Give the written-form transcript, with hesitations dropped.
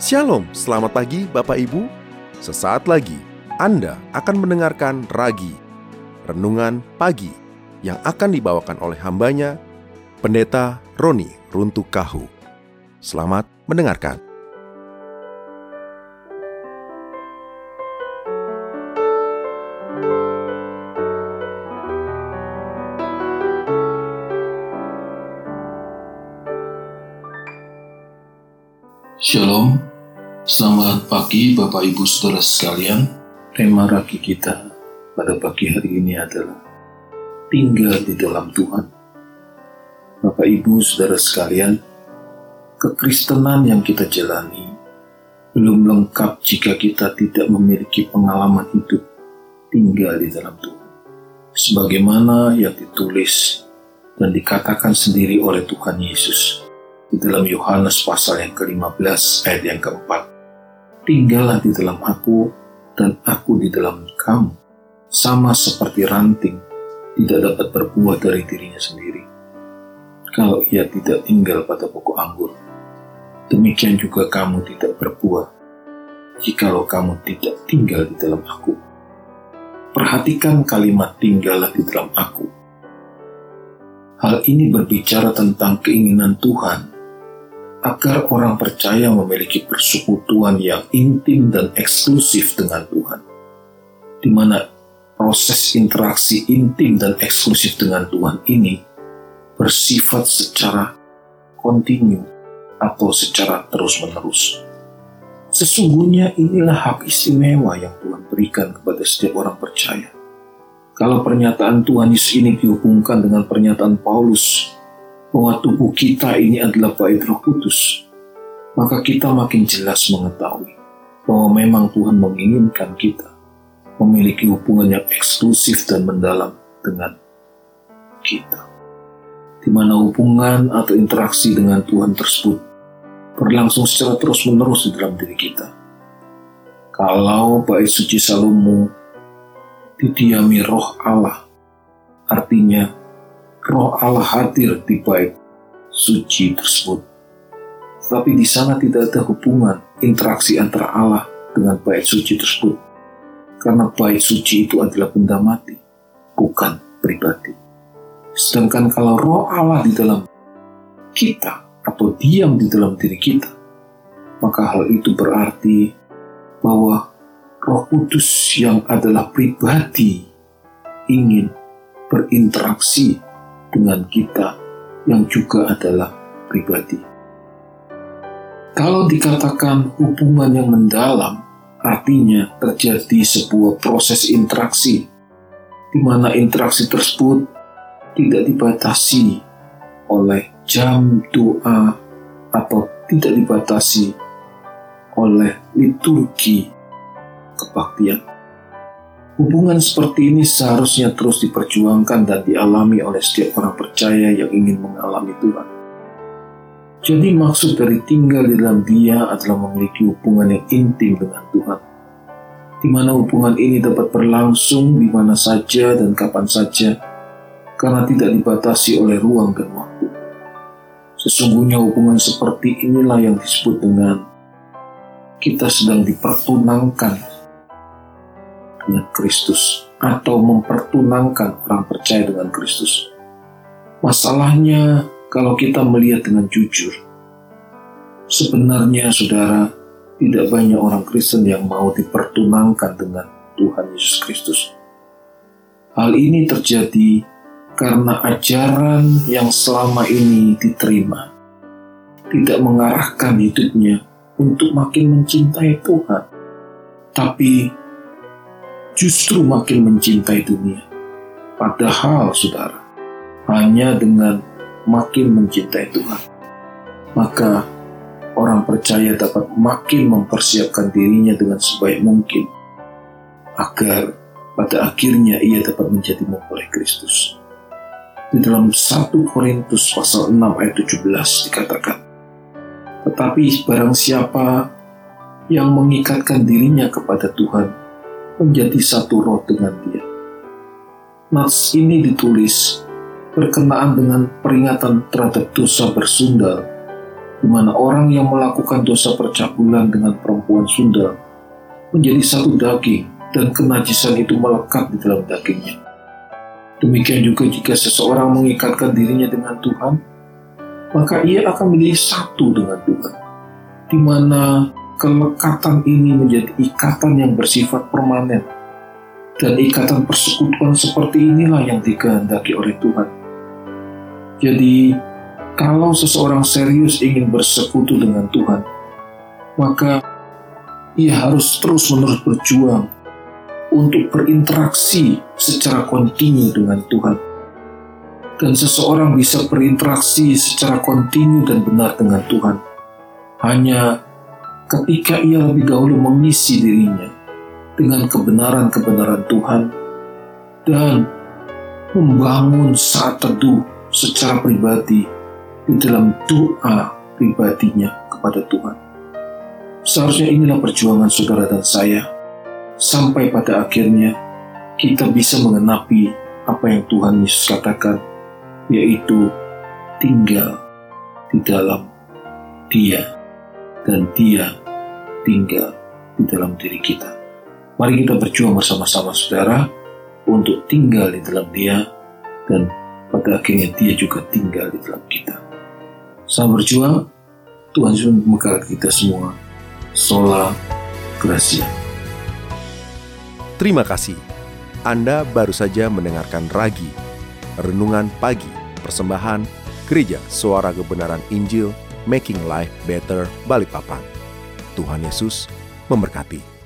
Shalom, selamat pagi Bapak Ibu. Sesaat lagi Anda akan mendengarkan Ragi, Renungan Pagi, yang akan dibawakan oleh hambanya, Pendeta Roni Runtukahu. Selamat mendengarkan. Shalom, selamat pagi Bapak Ibu Saudara sekalian. Tema Ragi kita pada pagi hari ini adalah tinggal di dalam Tuhan. Bapak Ibu Saudara sekalian, kekristenan yang kita jalani belum lengkap jika kita tidak memiliki pengalaman hidup tinggal di dalam Tuhan. Sebagaimana yang ditulis dan dikatakan sendiri oleh Tuhan Yesus di dalam Yohanes pasal yang ke-15 ayat yang ke-4. Tinggallah di dalam aku dan aku di dalam kamu, sama seperti ranting tidak dapat berbuah dari dirinya sendiri kalau ia tidak tinggal pada pokok anggur. Demikian juga kamu tidak berbuah jikalau kamu tidak tinggal di dalam aku. Perhatikan kalimat tinggallah di dalam aku. Hal ini berbicara tentang keinginan Tuhan agar orang percaya memiliki persekutuan yang intim dan eksklusif dengan Tuhan, di mana proses interaksi intim dan eksklusif dengan Tuhan ini bersifat secara kontinu atau secara terus-menerus. Sesungguhnya inilah hak istimewa yang Tuhan berikan kepada setiap orang percaya. Kalau pernyataan Tuhan Yesus ini dihubungkan dengan pernyataan Paulus bahwa tubuh kita ini adalah bait Roh Kudus, maka kita makin jelas mengetahui bahwa memang Tuhan menginginkan kita memiliki hubungan yang eksklusif dan mendalam dengan kita, di mana hubungan atau interaksi dengan Tuhan tersebut berlangsung secara terus-menerus di dalam diri kita. Kalau bait suci Salomo didiami Roh Allah, artinya Roh Allah hadir di bait suci tersebut. Tetapi di sana tidak ada hubungan interaksi antara Allah dengan bait suci tersebut. Karena bait suci itu adalah benda mati, bukan pribadi. Sedangkan kalau Roh Allah di dalam kita atau diam di dalam diri kita, maka hal itu berarti bahwa Roh Kudus yang adalah pribadi ingin berinteraksi dengan kita yang juga adalah pribadi. Kalau dikatakan hubungan yang mendalam, artinya terjadi sebuah proses interaksi, di mana interaksi tersebut tidak dibatasi oleh jam doa atau tidak dibatasi oleh liturgi kebaktian. Hubungan seperti ini seharusnya terus diperjuangkan dan dialami oleh setiap orang percaya yang ingin mengalami Tuhan. Jadi maksud dari tinggal di dalam Dia adalah memiliki hubungan yang intim dengan Tuhan, di mana hubungan ini dapat berlangsung di mana saja dan kapan saja, karena tidak dibatasi oleh ruang dan waktu. Sesungguhnya hubungan seperti inilah yang disebut dengan kita sedang dipertunangkan dengan Kristus, atau mempertunangkan orang percaya dengan Kristus. Masalahnya, kalau kita melihat dengan jujur, sebenarnya saudara, tidak banyak orang Kristen yang mau dipertunangkan dengan Tuhan Yesus Kristus. Hal ini terjadi karena ajaran yang selama ini diterima tidak mengarahkan hidupnya untuk makin mencintai Tuhan, tapi justru makin mencintai dunia. Padahal saudara, hanya dengan makin mencintai Tuhan, maka orang percaya dapat makin mempersiapkan dirinya dengan sebaik mungkin agar pada akhirnya ia dapat menjadi mempelai Kristus. Di dalam 1 Korintus pasal 6 ayat 17 dikatakan, tetapi barang siapa yang mengikatkan dirinya kepada Tuhan menjadi satu roh dengan Dia. Nats ini ditulis berkenaan dengan peringatan terhadap dosa bersundal di mana orang yang melakukan dosa percabulan dengan perempuan Sunda menjadi satu daging dan kenajisan itu melekat di dalam dagingnya. Demikian juga jika seseorang mengikatkan dirinya dengan Tuhan, maka ia akan menjadi satu dengan Tuhan, di mana kelekatan ini menjadi ikatan yang bersifat permanen. Dan ikatan persekutuan seperti inilah yang dikehendaki oleh Tuhan. Jadi, kalau seseorang serius ingin bersekutu dengan Tuhan, maka ia harus terus-menerus berjuang untuk berinteraksi secara kontinu dengan Tuhan. Dan seseorang bisa berinteraksi secara kontinu dan benar dengan Tuhan hanya ketika ia lebih dahulu mengisi dirinya dengan kebenaran-kebenaran Tuhan dan membangun saat teduh secara pribadi di dalam doa pribadinya kepada Tuhan. Seharusnya inilah perjuangan saudara dan saya, sampai pada akhirnya kita bisa mengenapi apa yang Tuhan Yesus katakan, yaitu tinggal di dalam Dia dan Dia tinggal di dalam diri kita. Mari kita berjuang bersama-sama saudara untuk tinggal di dalam Dia dan pada akhirnya Dia juga tinggal di dalam kita. Selamat berjuang, Tuhan Yesus memberkati kita semua. Sola Gracia. Terima kasih. Anda baru saja mendengarkan Ragi, Renungan Pagi, persembahan Gereja Suara Kebenaran Injil, Making Life Better, Balikpapan. Tuhan Yesus memberkati.